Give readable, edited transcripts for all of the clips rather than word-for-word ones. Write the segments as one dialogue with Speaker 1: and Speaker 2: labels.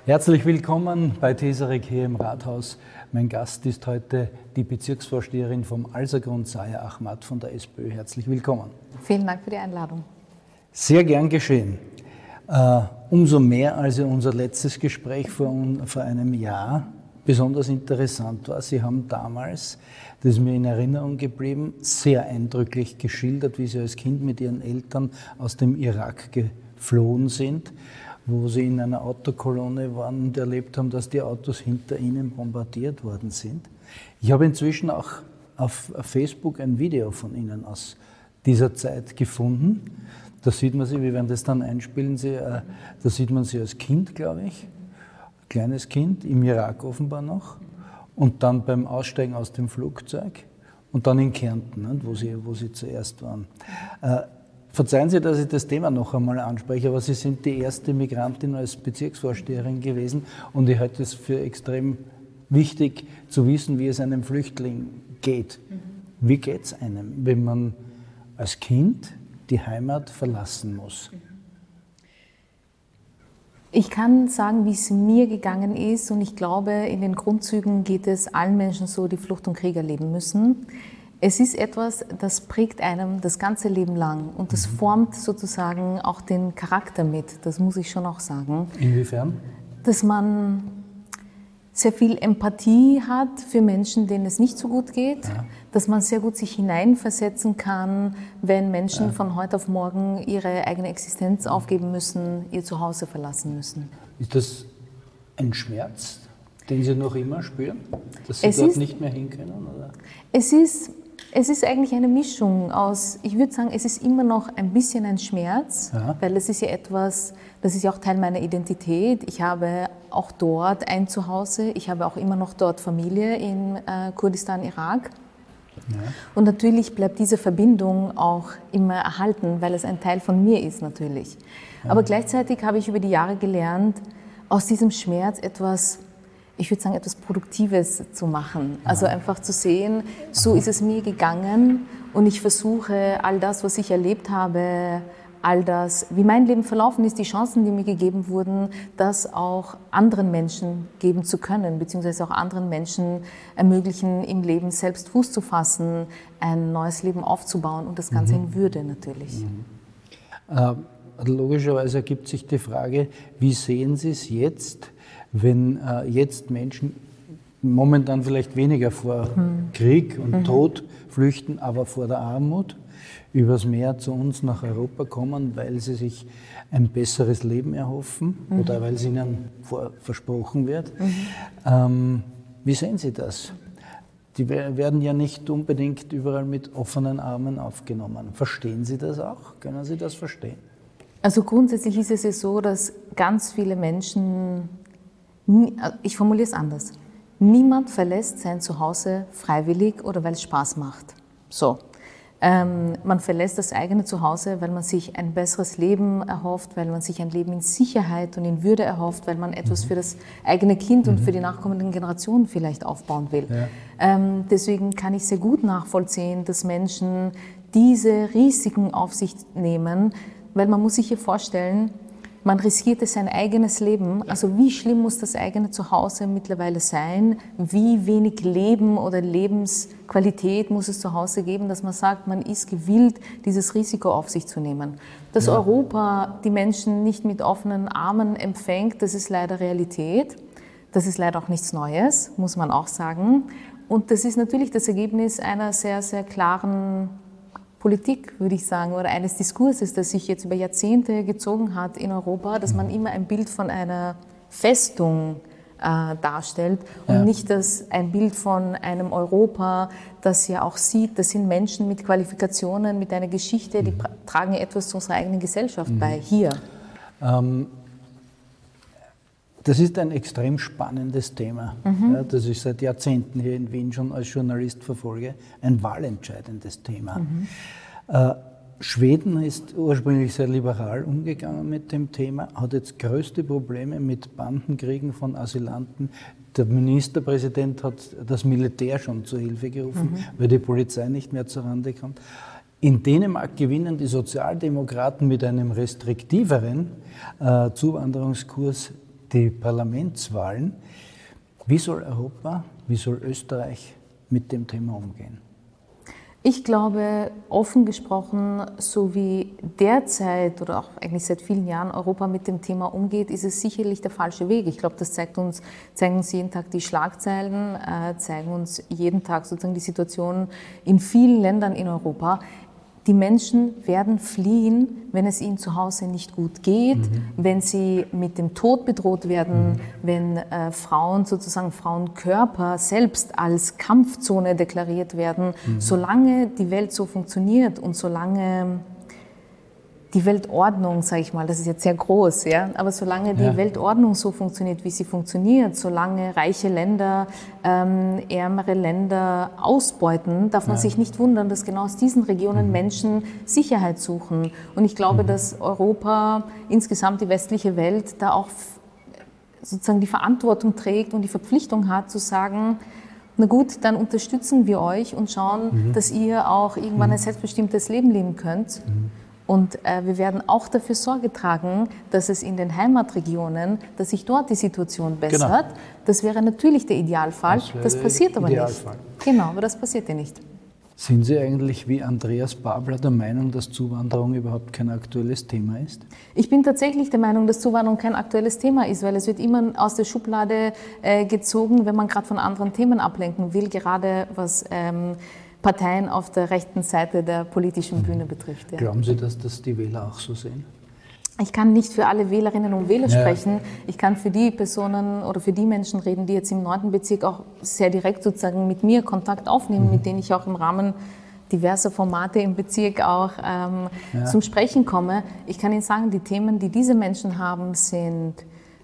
Speaker 1: Herzlich willkommen bei Teserek hier im Rathaus. Mein Gast ist heute die Bezirksvorsteherin vom Alsergrund, Saya Ahmad von der SPÖ. Herzlich willkommen.
Speaker 2: Vielen Dank für die Einladung.
Speaker 1: Sehr gern geschehen. Umso mehr, als unser letztes Gespräch vor einem Jahr besonders interessant war. Sie haben damals, das ist mir in Erinnerung geblieben, sehr eindrücklich geschildert, wie Sie als Kind mit Ihren Eltern aus dem Irak geflohen sind, wo Sie in einer Autokolonne waren und erlebt haben, dass die Autos hinter Ihnen bombardiert worden sind. Ich habe inzwischen auch auf Facebook ein Video von Ihnen aus dieser Zeit gefunden. Da sieht man Sie, wir werden das dann einspielen, da sieht man Sie als Kind, glaube ich, kleines Kind, im Irak offenbar noch, und dann beim Aussteigen aus dem Flugzeug und dann in Kärnten, wo Sie zuerst waren. Verzeihen Sie, dass ich das Thema noch einmal anspreche, aber Sie sind die erste Migrantin als Bezirksvorsteherin gewesen und ich halte es für extrem wichtig zu wissen, wie es einem Flüchtling geht. Wie geht es einem, wenn man als Kind die Heimat verlassen muss?
Speaker 2: Ich kann sagen, wie es mir gegangen ist, und ich glaube, in den Grundzügen geht es allen Menschen so, die Flucht und Krieg erleben müssen. Es ist etwas, das prägt einem das ganze Leben lang und das formt sozusagen auch den Charakter mit, das muss ich schon auch sagen.
Speaker 1: Inwiefern?
Speaker 2: Dass man sehr viel Empathie hat für Menschen, denen es nicht so gut geht, dass man sehr gut sich hineinversetzen kann, wenn Menschen von heute auf morgen ihre eigene Existenz aufgeben müssen, ihr Zuhause verlassen müssen.
Speaker 1: Ist das ein Schmerz, den Sie noch immer spüren, dass Sie dort nicht mehr hin können? Oder?
Speaker 2: Es ist eigentlich eine Mischung aus, ich würde sagen, es ist immer noch ein bisschen ein Schmerz, weil das ist ja etwas, das ist ja auch Teil meiner Identität. Ich habe auch dort ein Zuhause, ich habe auch immer noch dort Familie in Kurdistan, Irak. Ja. Und natürlich bleibt diese Verbindung auch immer erhalten, weil es ein Teil von mir ist natürlich. Ja. Aber gleichzeitig habe ich über die Jahre gelernt, aus diesem Schmerz etwas, ich würde sagen, etwas Produktives zu machen. Also einfach zu sehen, so ist es mir gegangen und ich versuche, all das, was ich erlebt habe, all das, wie mein Leben verlaufen ist, die Chancen, die mir gegeben wurden, das auch anderen Menschen geben zu können, beziehungsweise auch anderen Menschen ermöglichen, im Leben selbst Fuß zu fassen, ein neues Leben aufzubauen und das Ganze in Würde natürlich.
Speaker 1: Logischerweise ergibt sich die Frage, wie sehen Sie es jetzt, wenn jetzt Menschen momentan vielleicht weniger vor Krieg und Tod flüchten, aber vor der Armut übers Meer zu uns nach Europa kommen, weil sie sich ein besseres Leben erhoffen oder weil es ihnen versprochen wird. Wie sehen Sie das? Die werden ja nicht unbedingt überall mit offenen Armen aufgenommen. Verstehen Sie das auch? Können Sie das verstehen?
Speaker 2: Also grundsätzlich ist es ja so, dass ganz viele Menschen, ich formuliere es anders, niemand verlässt sein Zuhause freiwillig oder weil es Spaß macht. So. Man verlässt das eigene Zuhause, weil man sich ein besseres Leben erhofft, weil man sich ein Leben in Sicherheit und in Würde erhofft, weil man etwas für das eigene Kind und für die nachkommenden Generationen vielleicht aufbauen will. Ja. Deswegen kann ich sehr gut nachvollziehen, dass Menschen diese Risiken auf sich nehmen, weil man muss sich hier vorstellen, man riskierte sein eigenes Leben. Also wie schlimm muss das eigene Zuhause mittlerweile sein? Wie wenig Leben oder Lebensqualität muss es zu Hause geben, dass man sagt, man ist gewillt, dieses Risiko auf sich zu nehmen. Dass Europa die Menschen nicht mit offenen Armen empfängt, das ist leider Realität. Das ist leider auch nichts Neues, muss man auch sagen. Und das ist natürlich das Ergebnis einer sehr, sehr klaren Politik, würde ich sagen, oder eines Diskurses, das sich jetzt über Jahrzehnte gezogen hat in Europa, dass man immer ein Bild von einer Festung darstellt und nicht ein Bild von einem Europa, das ja auch sieht, das sind Menschen mit Qualifikationen, mit einer Geschichte, die tragen etwas zu unserer eigenen Gesellschaft bei, hier.
Speaker 1: Das ist ein extrem spannendes Thema, ja, das ich seit Jahrzehnten hier in Wien schon als Journalist verfolge. Ein wahlentscheidendes Thema. Schweden ist ursprünglich sehr liberal umgegangen mit dem Thema, hat jetzt größte Probleme mit Bandenkriegen von Asylanten. Der Ministerpräsident hat das Militär schon zur Hilfe gerufen, weil die Polizei nicht mehr zur Rande kommt. In Dänemark gewinnen die Sozialdemokraten mit einem restriktiveren Zuwanderungskurs die Parlamentswahlen. Wie soll Europa, wie soll Österreich mit dem Thema umgehen?
Speaker 2: Ich glaube, offen gesprochen, so wie derzeit oder auch eigentlich seit vielen Jahren Europa mit dem Thema umgeht, ist es sicherlich der falsche Weg. Ich glaube, das zeigen uns jeden Tag die Schlagzeilen, zeigen uns jeden Tag sozusagen die Situation in vielen Ländern in Europa. Die Menschen werden fliehen, wenn es ihnen zu Hause nicht gut geht, wenn sie mit dem Tod bedroht werden, wenn Frauenkörper selbst als Kampfzone deklariert werden. Solange die Welt so funktioniert und solange die Weltordnung, sage ich mal, das ist jetzt sehr groß, ja, aber solange die Weltordnung so funktioniert, wie sie funktioniert, solange reiche Länder ärmere Länder ausbeuten, darf man sich nicht wundern, dass genau aus diesen Regionen Menschen Sicherheit suchen. Und ich glaube, dass Europa, insgesamt die westliche Welt, da auch sozusagen die Verantwortung trägt und die Verpflichtung hat, zu sagen, na gut, dann unterstützen wir euch und schauen, dass ihr auch irgendwann ein selbstbestimmtes Leben leben könnt. Und wir werden auch dafür Sorge tragen, dass es in den Heimatregionen, dass sich dort die Situation bessert. Genau. Das wäre natürlich der Idealfall. Das passiert aber nicht. Genau, aber das passiert ja nicht.
Speaker 1: Sind Sie eigentlich wie Andreas Babler der Meinung, dass Zuwanderung überhaupt kein aktuelles Thema ist?
Speaker 2: Ich bin tatsächlich der Meinung, dass Zuwanderung kein aktuelles Thema ist, weil es wird immer aus der Schublade gezogen, wenn man gerade von anderen Themen ablenken will, gerade was Parteien auf der rechten Seite der politischen Bühne betrifft. Ja.
Speaker 1: Glauben Sie, dass das die Wähler auch so sehen?
Speaker 2: Ich kann nicht für alle Wählerinnen und Wähler sprechen. Ich kann für die Personen oder für die Menschen reden, die jetzt im 9. Bezirk auch sehr direkt sozusagen mit mir Kontakt aufnehmen, mit denen ich auch im Rahmen diverser Formate im Bezirk auch zum Sprechen komme. Ich kann Ihnen sagen, die Themen, die diese Menschen haben, sind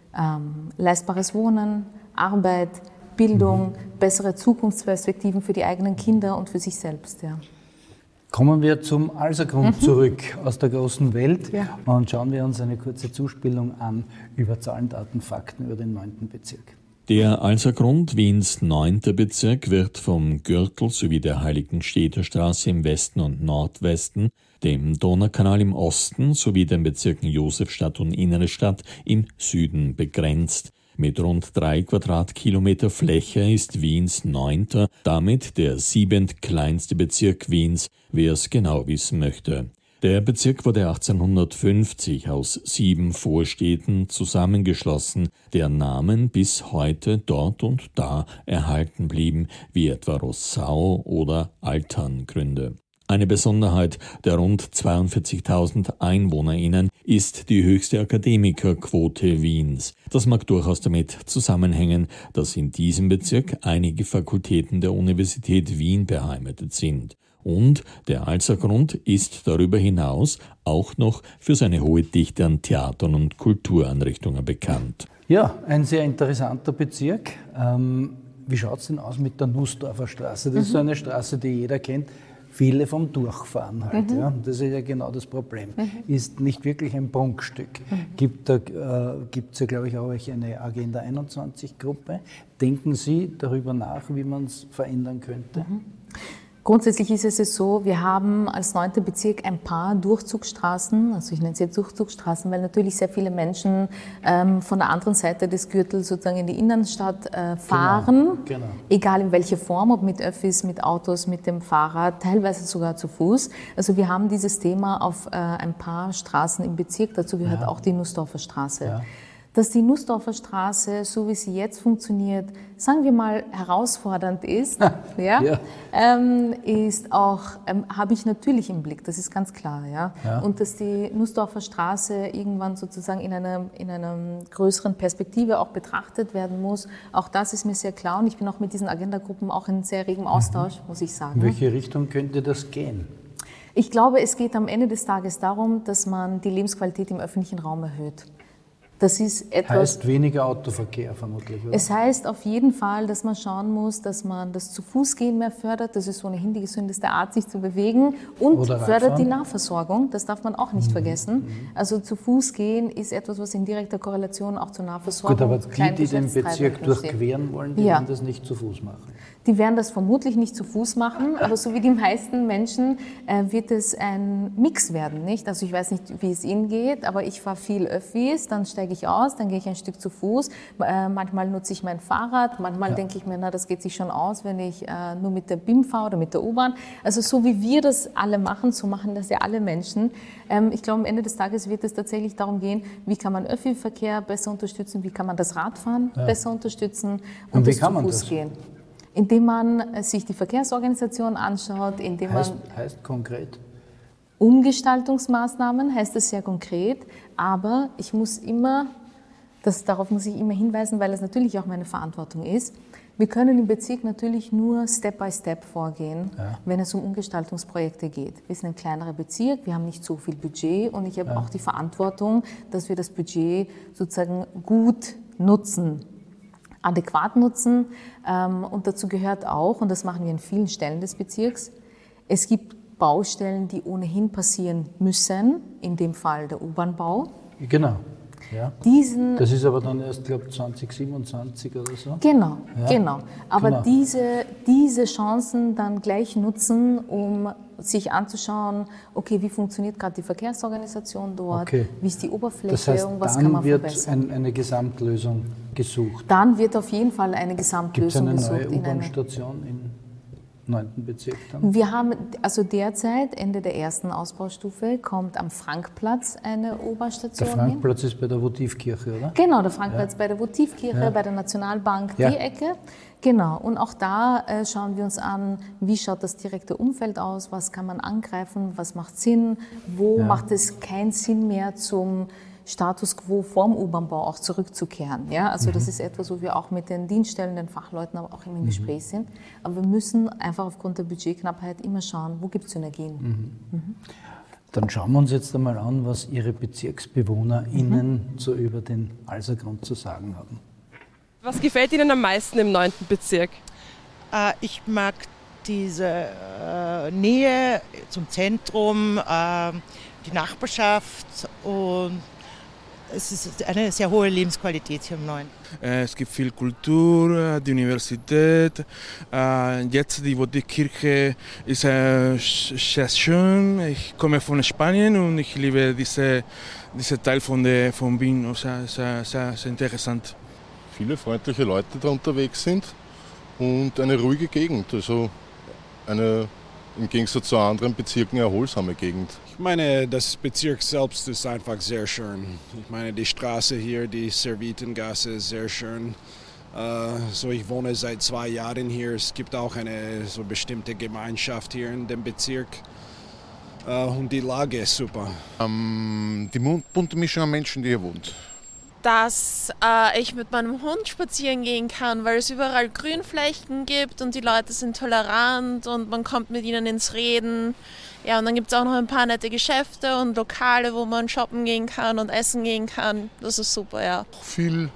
Speaker 2: leistbares Wohnen, Arbeit, Bildung, bessere Zukunftsperspektiven für die eigenen Kinder und für sich selbst. Ja.
Speaker 1: Kommen wir zum Alsergrund zurück aus der großen Welt und schauen wir uns eine kurze Zuspielung an über Zahlen, Daten, Fakten über den 9. Bezirk.
Speaker 3: Der Alsergrund, Wiens 9. Bezirk, wird vom Gürtel sowie der Heiligenstädter im Westen und Nordwesten, dem Donaukanal im Osten sowie den Bezirken Josefstadt und Innere Stadt im Süden begrenzt. Mit rund 3 Quadratkilometer Fläche ist Wiens 9. damit der 7. kleinste Bezirk Wiens, wer es genau wissen möchte. Der Bezirk wurde 1850 aus 7 Vorstädten zusammengeschlossen, deren Namen bis heute dort und da erhalten blieben, wie etwa Rossau oder Alterngründe. Eine Besonderheit der rund 42.000 EinwohnerInnen ist die höchste Akademikerquote Wiens. Das mag durchaus damit zusammenhängen, dass in diesem Bezirk einige Fakultäten der Universität Wien beheimatet sind. Und der Alsergrund ist darüber hinaus auch noch für seine hohe Dichte an Theatern und Kultureinrichtungen bekannt.
Speaker 1: Ja, ein sehr interessanter Bezirk. Wie schaut es denn aus mit der Nussdorfer Straße? Das ist so eine Straße, die jeder kennt. Viele vom Durchfahren halt. Ja. Das ist ja genau das Problem. Ist nicht wirklich ein Prunkstück. Gibt es ja, glaube ich, auch eine Agenda 21-Gruppe. Denken Sie darüber nach, wie man es verändern könnte?
Speaker 2: Grundsätzlich ist es so, wir haben als 9. Bezirk ein paar Durchzugsstraßen, also ich nenne sie jetzt Durchzugsstraßen, weil natürlich sehr viele Menschen von der anderen Seite des Gürtels sozusagen in die Innenstadt fahren, genau. Egal in welcher Form, ob mit Öffis, mit Autos, mit dem Fahrrad, teilweise sogar zu Fuß. Also wir haben dieses Thema auf ein paar Straßen im Bezirk, dazu gehört auch die Nussdorfer Straße. Ja. Dass die Nussdorfer Straße, so wie sie jetzt funktioniert, sagen wir mal, herausfordernd ist, ist auch, habe ich natürlich im Blick, das ist ganz klar. Ja? Und dass die Nussdorfer Straße irgendwann sozusagen in einer größeren Perspektive auch betrachtet werden muss, auch das ist mir sehr klar und ich bin auch mit diesen Agendagruppen auch in sehr regem Austausch, muss ich sagen.
Speaker 1: In welche Richtung könnte das gehen?
Speaker 2: Ich glaube, es geht am Ende des Tages darum, dass man die Lebensqualität im öffentlichen Raum erhöht. Das ist etwas,
Speaker 1: heißt weniger Autoverkehr vermutlich, oder?
Speaker 2: Es heißt auf jeden Fall, dass man schauen muss, dass man das Zu-Fuß-Gehen mehr fördert. Das ist ohnehin die gesündeste Art, sich zu bewegen. Und fördert die Nahversorgung. Das darf man auch nicht vergessen. Also Zu-Fuß-Gehen ist etwas, was in direkter Korrelation auch zur Nahversorgung.
Speaker 1: Gut, aber die den Bezirk durchqueren wollen, die werden das nicht zu Fuß machen.
Speaker 2: Die werden das vermutlich nicht zu Fuß machen, aber so wie die meisten Menschen wird es ein Mix werden, nicht? Also ich weiß nicht, wie es Ihnen geht, aber ich fahre viel Öffis, dann steige ich aus, dann gehe ich ein Stück zu Fuß. Manchmal nutze ich mein Fahrrad, manchmal denke ich mir, na, das geht sich schon aus, wenn ich nur mit der BIM fahre oder mit der U-Bahn. Also so wie wir das alle machen, so machen das ja alle Menschen. Ich glaube, am Ende des Tages wird es tatsächlich darum gehen, wie kann man Öffi-Verkehr besser unterstützen, wie kann man das Radfahren besser unterstützen und
Speaker 1: wie
Speaker 2: das
Speaker 1: kann
Speaker 2: zu
Speaker 1: man
Speaker 2: Fuß
Speaker 1: das?
Speaker 2: gehen. Indem man sich die Verkehrsorganisation anschaut, indem man
Speaker 1: Heißt konkret?
Speaker 2: Umgestaltungsmaßnahmen, heißt es sehr konkret, aber ich muss immer, darauf muss ich immer hinweisen, weil es natürlich auch meine Verantwortung ist. Wir können im Bezirk natürlich nur Step by Step vorgehen, wenn es um Umgestaltungsprojekte geht. Wir sind ein kleinerer Bezirk, wir haben nicht so viel Budget und ich habe auch die Verantwortung, dass wir das Budget sozusagen gut nutzen, adäquat nutzen. Und dazu gehört auch, und das machen wir in vielen Stellen des Bezirks, es gibt Baustellen, die ohnehin passieren müssen, in dem Fall der U-Bahn-Bau.
Speaker 1: Genau. Ja.
Speaker 2: Das
Speaker 1: ist aber dann erst, glaube ich, 2027 oder so.
Speaker 2: Genau. Aber diese Chancen dann gleich nutzen, um sich anzuschauen, okay, wie funktioniert gerade die Verkehrsorganisation dort, wie ist die Oberfläche
Speaker 1: das heißt,
Speaker 2: und was kann man verbessern.
Speaker 1: Dann wird eine Gesamtlösung gesucht.
Speaker 2: Dann wird auf jeden Fall eine Gesamtlösung gesucht.
Speaker 1: Gibt es eine neue U-Bahn-Station im 9. Bezirk dann?
Speaker 2: Wir haben also derzeit, Ende der ersten Ausbaustufe, kommt am Frankplatz eine U-Bahn-Station
Speaker 1: Der Frankplatz ist bei der Votivkirche, oder?
Speaker 2: Genau, der Frankplatz bei der Votivkirche, bei der Nationalbank, die Ecke. Genau, und auch da schauen wir uns an, wie schaut das direkte Umfeld aus, was kann man angreifen, was macht Sinn, wo macht es keinen Sinn mehr zum Status quo vorm U-Bahn-Bau auch zurückzukehren. Ja? Also das ist etwas, wo wir auch mit den Dienststellen, den Fachleuten aber auch im Gespräch sind. Aber wir müssen einfach aufgrund der Budgetknappheit immer schauen, wo gibt es Synergien.
Speaker 1: Dann schauen wir uns jetzt einmal an, was Ihre BezirksbewohnerInnen so über den Alsergrund zu sagen haben.
Speaker 4: Was gefällt Ihnen am meisten im 9. Bezirk?
Speaker 5: Ich mag diese Nähe zum Zentrum, die Nachbarschaft und es ist eine sehr hohe Lebensqualität hier im 9.
Speaker 6: Es gibt viel Kultur, die Universität. Jetzt die Votivkirche ist sehr schön. Ich komme von Spanien und ich liebe diese Teil von Wien. Sehr interessant.
Speaker 7: Viele freundliche Leute, die da unterwegs sind und eine ruhige Gegend. Also eine im Gegensatz zu anderen Bezirken erholsame Gegend.
Speaker 8: Ich meine, das Bezirk selbst ist einfach sehr schön. Ich meine, die Straße hier, die Servitengasse ist sehr schön. Ich wohne seit 2 Jahren hier. Es gibt auch eine so bestimmte Gemeinschaft hier in dem Bezirk. Und die Lage ist super.
Speaker 7: Die bunte Mischung an Menschen, die hier wohnt.
Speaker 9: Dass ich mit meinem Hund spazieren gehen kann, weil es überall Grünflächen gibt und die Leute sind tolerant und man kommt mit ihnen ins Reden. Ja, und dann gibt es auch noch ein paar nette Geschäfte und Lokale, wo man shoppen gehen kann und essen gehen kann. Das ist super, ja.
Speaker 10: Viel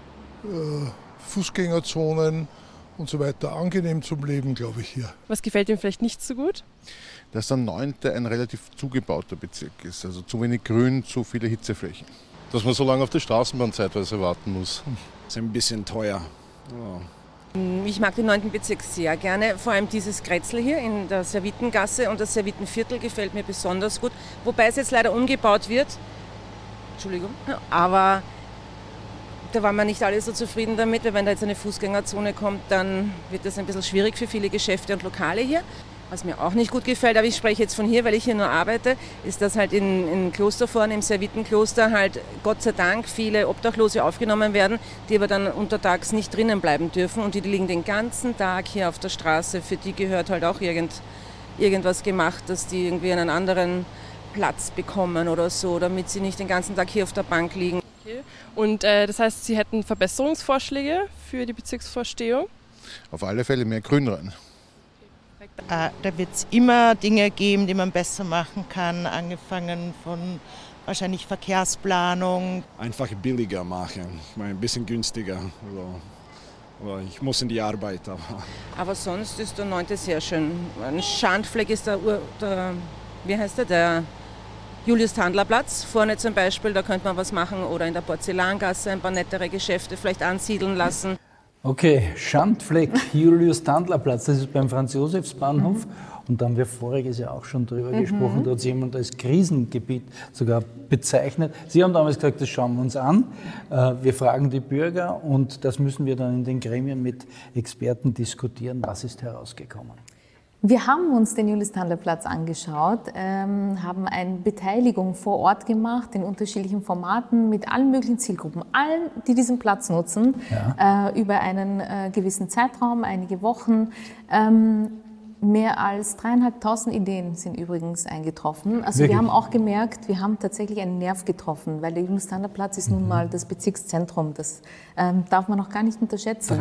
Speaker 10: Fußgängerzonen und so weiter. Angenehm zum Leben, glaube ich, hier.
Speaker 4: Was gefällt Ihnen vielleicht nicht so gut?
Speaker 7: Dass der 9. ein relativ zugebauter Bezirk ist. Also zu wenig Grün, zu viele Hitzeflächen. Dass man so lange auf die Straßenbahn zeitweise warten muss.
Speaker 8: Ist ein bisschen teuer.
Speaker 11: Ich mag den 9. Bezirk sehr gerne. Vor allem dieses Kretzel hier in der Servitengasse und das Servitenviertel gefällt mir besonders gut. Wobei es jetzt leider umgebaut wird. Entschuldigung. Aber da waren wir nicht alle so zufrieden damit, weil wenn da jetzt eine Fußgängerzone kommt, dann wird das ein bisschen schwierig für viele Geschäfte und Lokale hier. Was mir auch nicht gut gefällt, aber ich spreche jetzt von hier, weil ich hier nur arbeite, ist, dass halt in Kloster vorne, im Servitenkloster, halt Gott sei Dank viele Obdachlose aufgenommen werden, die aber dann untertags nicht drinnen bleiben dürfen und die liegen den ganzen Tag hier auf der Straße. Für die gehört halt auch irgendwas gemacht, dass die irgendwie einen anderen Platz bekommen oder so, damit sie nicht den ganzen Tag hier auf der Bank liegen.
Speaker 4: Okay. Und das heißt, Sie hätten Verbesserungsvorschläge für die Bezirksvorstehung?
Speaker 7: Auf alle Fälle mehr Grün rein.
Speaker 5: Da wird es immer Dinge geben, die man besser machen kann, angefangen von wahrscheinlich Verkehrsplanung.
Speaker 8: Einfach billiger machen, ich meine ein bisschen günstiger. Aber ich muss in die Arbeit.
Speaker 11: Aber sonst ist der 9. sehr schön. Ein Schandfleck ist der Julius-Tandler-Platz. Vorne zum Beispiel, da könnte man was machen oder in der Porzellangasse ein paar nettere Geschäfte vielleicht ansiedeln lassen.
Speaker 1: Okay, Schandfleck, Julius-Tandler-Platz, das ist beim Franz-Josefs-Bahnhof. Und da haben wir voriges Jahr auch schon drüber gesprochen, da hat sich jemand als Krisengebiet sogar bezeichnet. Sie haben damals gesagt, das schauen wir uns an. Wir fragen die Bürger und das müssen wir dann in den Gremien mit Experten diskutieren. Was ist herausgekommen?
Speaker 2: Wir haben uns den Julius-Tandler-Platz angeschaut, haben eine Beteiligung vor Ort gemacht in unterschiedlichen Formaten mit allen möglichen Zielgruppen, allen, die diesen Platz nutzen, über einen gewissen Zeitraum, einige Wochen. Mehr als 3.500 Ideen sind übrigens eingetroffen. Also wir haben auch gemerkt, wir haben tatsächlich einen Nerv getroffen, weil der Julius-Tandler-Platz ist nun mal das Bezirkszentrum. Das darf man noch gar nicht unterschätzen.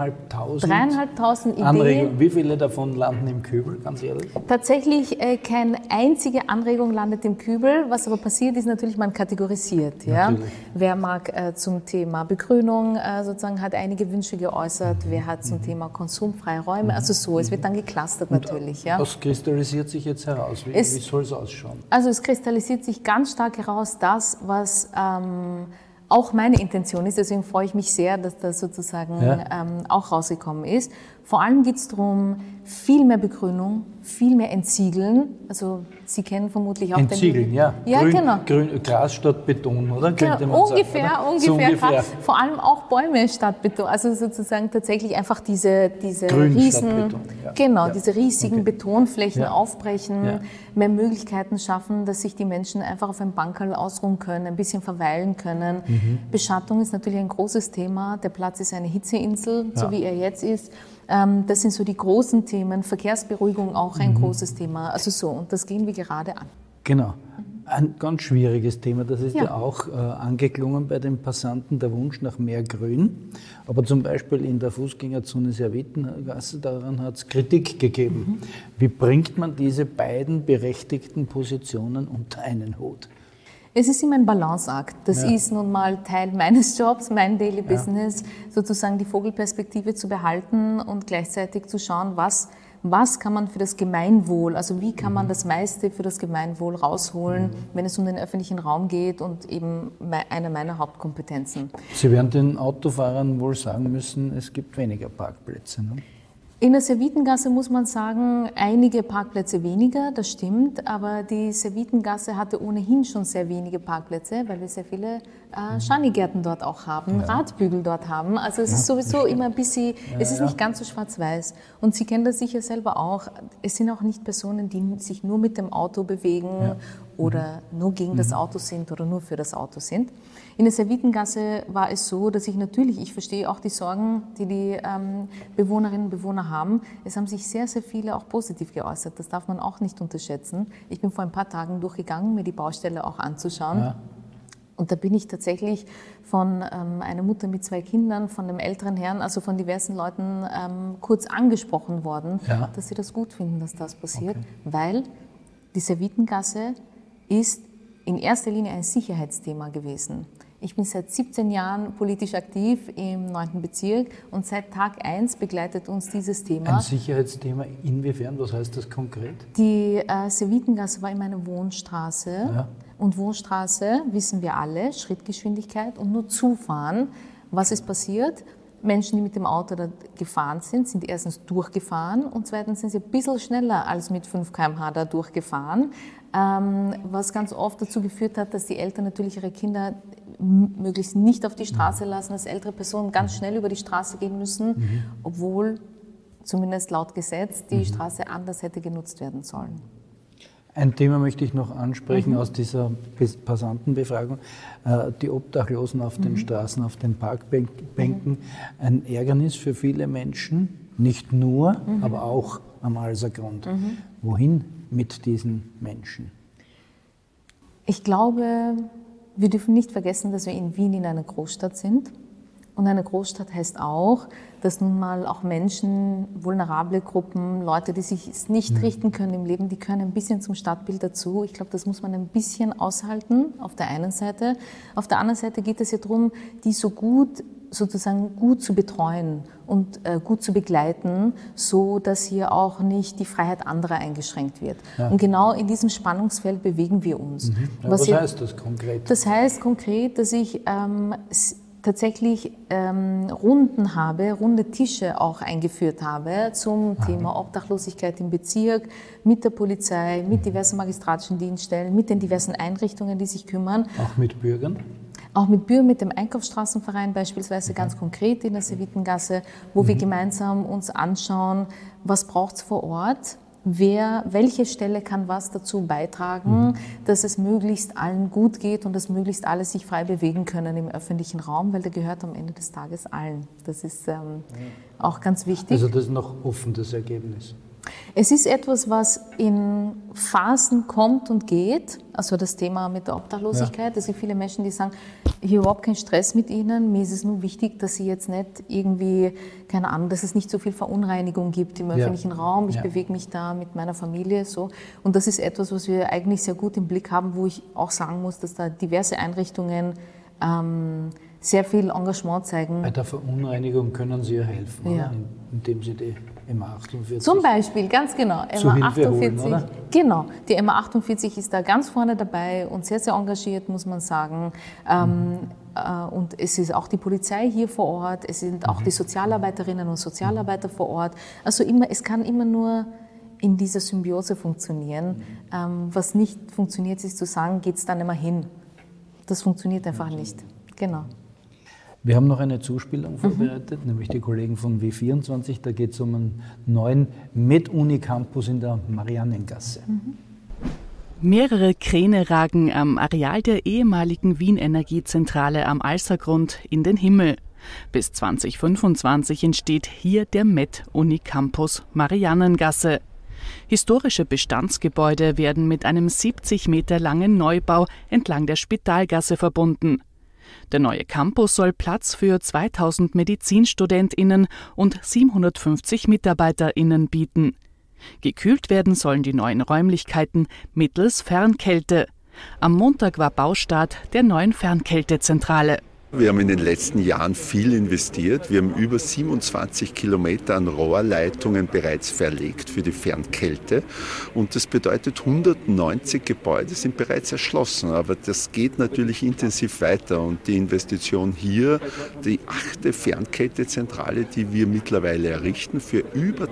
Speaker 2: 3.500 Ideen.
Speaker 1: Anregungen. Wie viele davon landen im Kübel, ganz ehrlich?
Speaker 2: Tatsächlich keine einzige Anregung landet im Kübel. Was aber passiert ist natürlich, man kategorisiert. Ja? Wer mag zum Thema Begrünung sozusagen hat einige Wünsche geäußert, wer hat zum Thema konsumfreie Räume, also so, es wird dann geclustert. Natürlich, ja.
Speaker 1: Was kristallisiert sich jetzt heraus? Wie soll es ausschauen?
Speaker 2: Also es kristallisiert sich ganz stark heraus das, was auch meine Intention ist. Deswegen freue ich mich sehr, dass das sozusagen auch rausgekommen ist. Vor allem geht es darum, viel mehr Begrünung, viel mehr Entsiegeln. Also Sie kennen vermutlich auch
Speaker 1: Entsiegeln, ja.
Speaker 2: Genau.
Speaker 1: Gras statt Beton, oder?
Speaker 2: Könnte man ungefähr, sagen, oder? So ungefähr. Vor allem auch Bäume statt Beton. Also sozusagen tatsächlich einfach diese riesen, diese riesigen Betonflächen aufbrechen, mehr Möglichkeiten schaffen, dass sich die Menschen einfach auf ein Bankerl ausruhen können, ein bisschen verweilen können. Beschattung ist natürlich ein großes Thema. Der Platz ist eine Hitzeinsel, so wie er jetzt ist. Das sind so die großen Themen. Verkehrsberuhigung auch ein großes Thema. Also so, und das gehen wir gerade an.
Speaker 1: Genau. Ein ganz schwieriges Thema, das ist ja auch angeklungen bei den Passanten, der Wunsch nach mehr Grün. Aber zum Beispiel in der Fußgängerzone Servitengasse, daran hat es Kritik gegeben. Wie bringt man diese beiden berechtigten Positionen unter einen Hut?
Speaker 2: Es ist immer ein Balanceakt. Das ist nun mal Teil meines Jobs, mein Daily Business, sozusagen die Vogelperspektive zu behalten und gleichzeitig zu schauen, was kann man für das Gemeinwohl, also wie kann man das meiste für das Gemeinwohl rausholen, wenn es um den öffentlichen Raum geht und eben eine meiner Hauptkompetenzen.
Speaker 1: Sie werden den Autofahrern wohl sagen müssen, es gibt weniger Parkplätze, ne?
Speaker 2: In der Servitengasse muss man sagen, einige Parkplätze weniger, das stimmt, aber die Servitengasse hatte ohnehin schon sehr wenige Parkplätze, weil wir sehr viele Schanigärten dort auch haben, Radbügel dort haben. Also es ist sowieso immer ein bisschen, es ist nicht ganz so schwarz-weiß. Und Sie kennen das sicher selber auch, es sind auch nicht Personen, die sich nur mit dem Auto bewegen oder nur gegen das Auto sind oder nur für das Auto sind. In der Servitengasse war es so, dass ich verstehe auch die Sorgen, die die Bewohnerinnen und Bewohner haben. Es haben sich sehr, sehr viele auch positiv geäußert. Das darf man auch nicht unterschätzen. Ich bin vor ein paar Tagen durchgegangen, mir die Baustelle auch anzuschauen. Ja. Und da bin ich tatsächlich von einer Mutter mit 2 Kindern, von einem älteren Herrn, also von diversen Leuten kurz angesprochen worden, dass sie das gut finden, dass das passiert, weil die Servitengasse ist in erster Linie ein Sicherheitsthema gewesen. Ich bin seit 17 Jahren politisch aktiv im 9. Bezirk und seit Tag 1 begleitet uns dieses Thema.
Speaker 1: Ein Sicherheitsthema inwiefern? Was heißt das konkret?
Speaker 2: Die Servitengasse war immer eine Wohnstraße. Ja. Und Wohnstraße, wissen wir alle, Schrittgeschwindigkeit und nur zufahren. Was ist passiert? Menschen, die mit dem Auto da gefahren sind erstens durchgefahren und zweitens sind sie ein bisschen schneller als mit 5 km/h da durchgefahren. Was ganz oft dazu geführt hat, dass die Eltern natürlich ihre Kinder möglichst nicht auf die Straße lassen, dass ältere Personen ganz schnell über die Straße gehen müssen, obwohl zumindest laut Gesetz die Straße anders hätte genutzt werden sollen.
Speaker 1: Ein Thema möchte ich noch ansprechen aus dieser Passantenbefragung. Die Obdachlosen auf den Straßen, auf den Parkbänken. Ein Ärgernis für viele Menschen, nicht nur, aber auch am Alsergrund. Wohin mit diesen Menschen?
Speaker 2: Ich glaube, wir dürfen nicht vergessen, dass wir in Wien in einer Großstadt sind. Und eine Großstadt heißt auch, dass nun mal auch Menschen, vulnerable Gruppen, Leute, die sich nicht richten können im Leben, die können ein bisschen zum Stadtbild dazu. Ich glaube, das muss man ein bisschen aushalten, auf der einen Seite. Auf der anderen Seite geht es ja darum, die sozusagen gut zu betreuen und gut zu begleiten, so dass hier auch nicht die Freiheit anderer eingeschränkt wird. Ja. Und genau in diesem Spannungsfeld bewegen wir uns.
Speaker 1: Ja, was heißt das konkret?
Speaker 2: Das heißt konkret, dass ich tatsächlich runde Tische auch eingeführt habe zum Thema Obdachlosigkeit im Bezirk, mit der Polizei, mit diversen magistratischen Dienststellen, mit den diversen Einrichtungen, die sich kümmern.
Speaker 1: Auch mit Bürgern?
Speaker 2: Auch mit Bürgern, mit dem Einkaufsstraßenverein beispielsweise ganz konkret in der Servitengasse, wo wir gemeinsam uns anschauen, was braucht es vor Ort, welche Stelle kann was dazu beitragen, dass es möglichst allen gut geht und dass möglichst alle sich frei bewegen können im öffentlichen Raum, weil der gehört am Ende des Tages allen. Das ist auch ganz wichtig.
Speaker 1: Also das ist noch offen, das Ergebnis.
Speaker 2: Es ist etwas, was in Phasen kommt und geht, also das Thema mit der Obdachlosigkeit. Es gibt viele Menschen, die sagen, ich habe überhaupt keinen Stress mit ihnen, mir ist es nur wichtig, dass sie jetzt nicht irgendwie, keine Ahnung, dass es nicht so viel Verunreinigung gibt im öffentlichen Raum, ich bewege mich da mit meiner Familie so. Und das ist etwas, was wir eigentlich sehr gut im Blick haben, wo ich auch sagen muss, dass da diverse Einrichtungen sehr viel Engagement zeigen.
Speaker 1: Bei der Verunreinigung können Sie ja helfen, oder? Indem Sie die MA48...
Speaker 2: Zum Beispiel, ganz genau.
Speaker 1: MA48, oder?
Speaker 2: Genau, die MA48 ist da ganz vorne dabei und sehr, sehr engagiert, muss man sagen. Und es ist auch die Polizei hier vor Ort, es sind auch die Sozialarbeiterinnen und Sozialarbeiter vor Ort. Also es kann immer nur in dieser Symbiose funktionieren. Was nicht funktioniert, ist zu sagen, geht es dann immer hin. Das funktioniert einfach nicht. Genau.
Speaker 1: Wir haben noch eine Zuspielung vorbereitet, nämlich die Kollegen von W24. Da geht es um einen neuen Med-Uni-Campus in der Mariannengasse.
Speaker 12: Mehrere Kräne ragen am Areal der ehemaligen Wien-Energiezentrale am Alsergrund in den Himmel. Bis 2025 entsteht hier der Med-Uni-Campus Mariannengasse. Historische Bestandsgebäude werden mit einem 70 Meter langen Neubau entlang der Spitalgasse verbunden. Der neue Campus soll Platz für 2000 MedizinstudentInnen und 750 MitarbeiterInnen bieten. Gekühlt werden sollen die neuen Räumlichkeiten mittels Fernkälte. Am Montag war Baustart der neuen Fernkältezentrale.
Speaker 13: Wir haben in den letzten Jahren viel investiert. Wir haben über 27 Kilometer an Rohrleitungen bereits verlegt für die Fernkälte. Und das bedeutet, 190 Gebäude sind bereits erschlossen. Aber das geht natürlich intensiv weiter. Und die Investition hier, die 8. Fernkältezentrale, die wir mittlerweile errichten, für über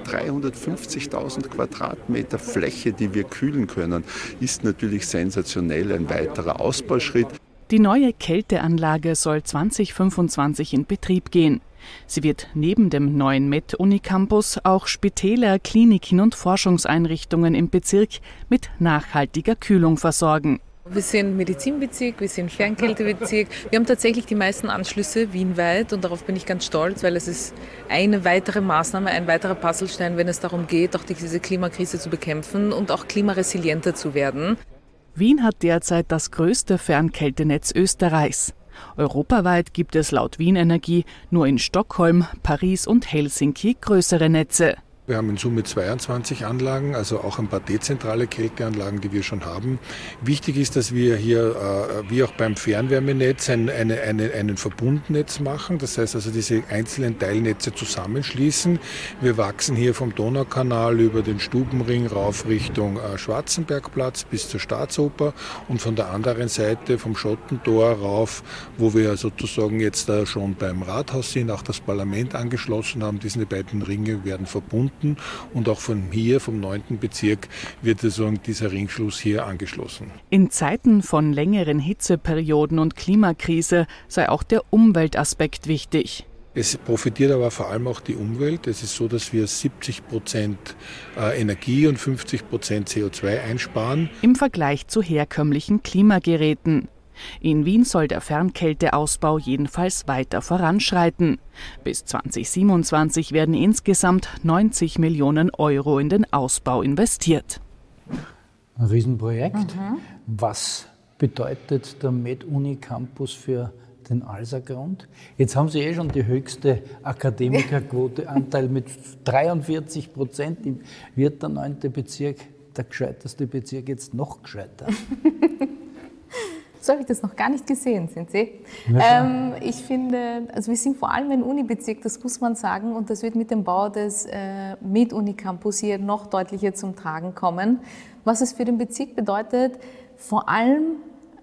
Speaker 13: 350.000 Quadratmeter Fläche, die wir kühlen können, ist natürlich sensationell, ein weiterer Ausbauschritt.
Speaker 12: Die neue Kälteanlage soll 2025 in Betrieb gehen. Sie wird neben dem neuen Med-Uni-Campus auch Spitäler, Kliniken und Forschungseinrichtungen im Bezirk mit nachhaltiger Kühlung versorgen.
Speaker 14: Wir sind Medizinbezirk, wir sind Fernkältebezirk. Wir haben tatsächlich die meisten Anschlüsse wienweit und darauf bin ich ganz stolz, weil es ist eine weitere Maßnahme, ein weiterer Puzzlestein, wenn es darum geht, auch diese Klimakrise zu bekämpfen und auch klimaresilienter zu werden.
Speaker 12: Wien hat derzeit das größte Fernkältenetz Österreichs. Europaweit gibt es laut Wien Energie nur in Stockholm, Paris und Helsinki größere Netze.
Speaker 15: Wir haben in Summe 22 Anlagen, also auch ein paar dezentrale Kälteanlagen, die wir schon haben. Wichtig ist, dass wir hier, wie auch beim Fernwärmenetz, einen Verbundnetz machen. Das heißt also, diese einzelnen Teilnetze zusammenschließen. Wir wachsen hier vom Donaukanal über den Stubenring rauf Richtung Schwarzenbergplatz bis zur Staatsoper und von der anderen Seite vom Schottentor rauf, wo wir sozusagen jetzt schon beim Rathaus sind, auch das Parlament angeschlossen haben. Diese beiden Ringe werden verbunden. Und auch von hier, vom 9. Bezirk, wird dieser Ringschluss hier angeschlossen.
Speaker 12: In Zeiten von längeren Hitzeperioden und Klimakrise sei auch der Umweltaspekt wichtig.
Speaker 15: Es profitiert aber vor allem auch die Umwelt. Es ist so, dass wir 70% Energie und 50% CO2 einsparen.
Speaker 12: Im Vergleich zu herkömmlichen Klimageräten. In Wien soll der Fernkälteausbau jedenfalls weiter voranschreiten. Bis 2027 werden insgesamt 90 Millionen Euro in den Ausbau investiert.
Speaker 1: Ein Riesenprojekt. Was bedeutet der Med-Uni-Campus für den Alsergrund? Jetzt haben Sie schon die höchste Akademikerquote-Anteil mit 43%. Wird der 9. Bezirk, der gescheiterste Bezirk, jetzt noch gescheiter?
Speaker 2: So habe ich das noch gar nicht gesehen, sind Sie? Ich finde, also wir sind vor allem ein Unibezirk, das muss man sagen, und das wird mit dem Bau des Med-Uni-Campus hier noch deutlicher zum Tragen kommen. Was es für den Bezirk bedeutet, vor allem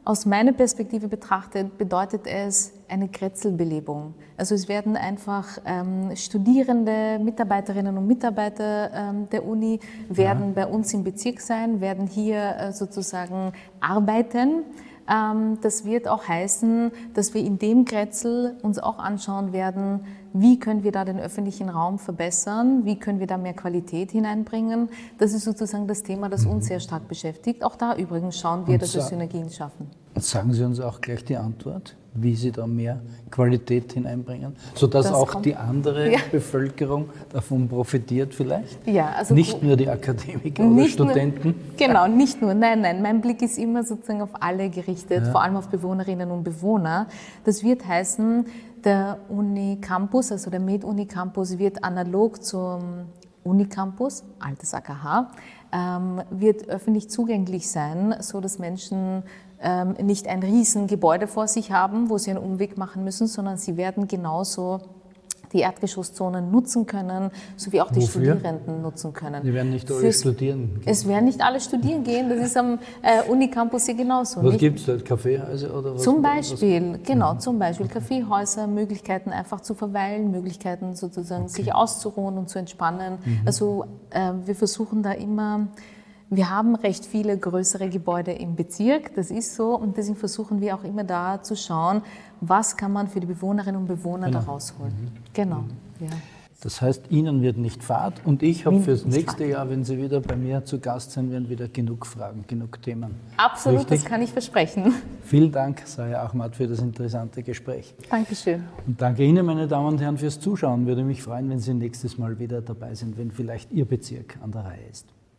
Speaker 2: Aus meiner Perspektive betrachtet bedeutet es eine Grätzelbelebung. Also es werden einfach Studierende, Mitarbeiterinnen und Mitarbeiter der Uni werden bei uns im Bezirk sein, werden hier sozusagen arbeiten. Das wird auch heißen, dass wir in dem Grätzel uns auch anschauen werden, wie können wir da den öffentlichen Raum verbessern, wie können wir da mehr Qualität hineinbringen. Das ist sozusagen das Thema, das uns sehr stark beschäftigt. Auch da übrigens schauen wir, dass wir Synergien schaffen.
Speaker 1: Sagen Sie uns auch gleich die Antwort, wie Sie da mehr Qualität hineinbringen, sodass auch die andere Bevölkerung davon profitiert vielleicht?
Speaker 2: Ja, also
Speaker 1: nicht nur die Akademiker oder Studenten?
Speaker 2: Genau, nicht nur. Nein, mein Blick ist immer sozusagen auf alle gerichtet, vor allem auf Bewohnerinnen und Bewohner. Das wird heißen, der Unicampus, also der Med-Unicampus wird analog zum Unicampus, altes AKH, wird öffentlich zugänglich sein, so dass Menschen nicht ein Riesengebäude vor sich haben, wo sie einen Umweg machen müssen, sondern sie werden genauso die Erdgeschosszonen nutzen können, sowie auch die Studierenden nutzen können.
Speaker 1: Die werden nicht alle studieren gehen.
Speaker 2: Es werden nicht alle studieren gehen, das ist am Unicampus hier genauso.
Speaker 1: Was gibt es da? Kaffeehäuser oder was?
Speaker 2: Zum Beispiel, zum Beispiel Kaffeehäuser, Möglichkeiten einfach zu verweilen, Möglichkeiten sozusagen sich auszuruhen und zu entspannen. Also wir versuchen da immer. Wir haben recht viele größere Gebäude im Bezirk, das ist so, und deswegen versuchen wir auch immer da zu schauen, was kann man für die Bewohnerinnen und Bewohner da rausholen. Genau. Ja.
Speaker 1: Das heißt, Ihnen wird nicht fad und ich habe fürs nächste Jahr, wenn Sie wieder bei mir zu Gast sein werden, wieder genug Fragen, genug Themen.
Speaker 2: Absolut,
Speaker 1: Richtig?
Speaker 2: Das kann ich versprechen.
Speaker 1: Vielen Dank, Saya Ahmad, für das interessante Gespräch.
Speaker 2: Dankeschön.
Speaker 1: Und danke Ihnen, meine Damen und Herren, fürs Zuschauen. Würde mich freuen, wenn Sie nächstes Mal wieder dabei sind, wenn vielleicht Ihr Bezirk an der Reihe ist.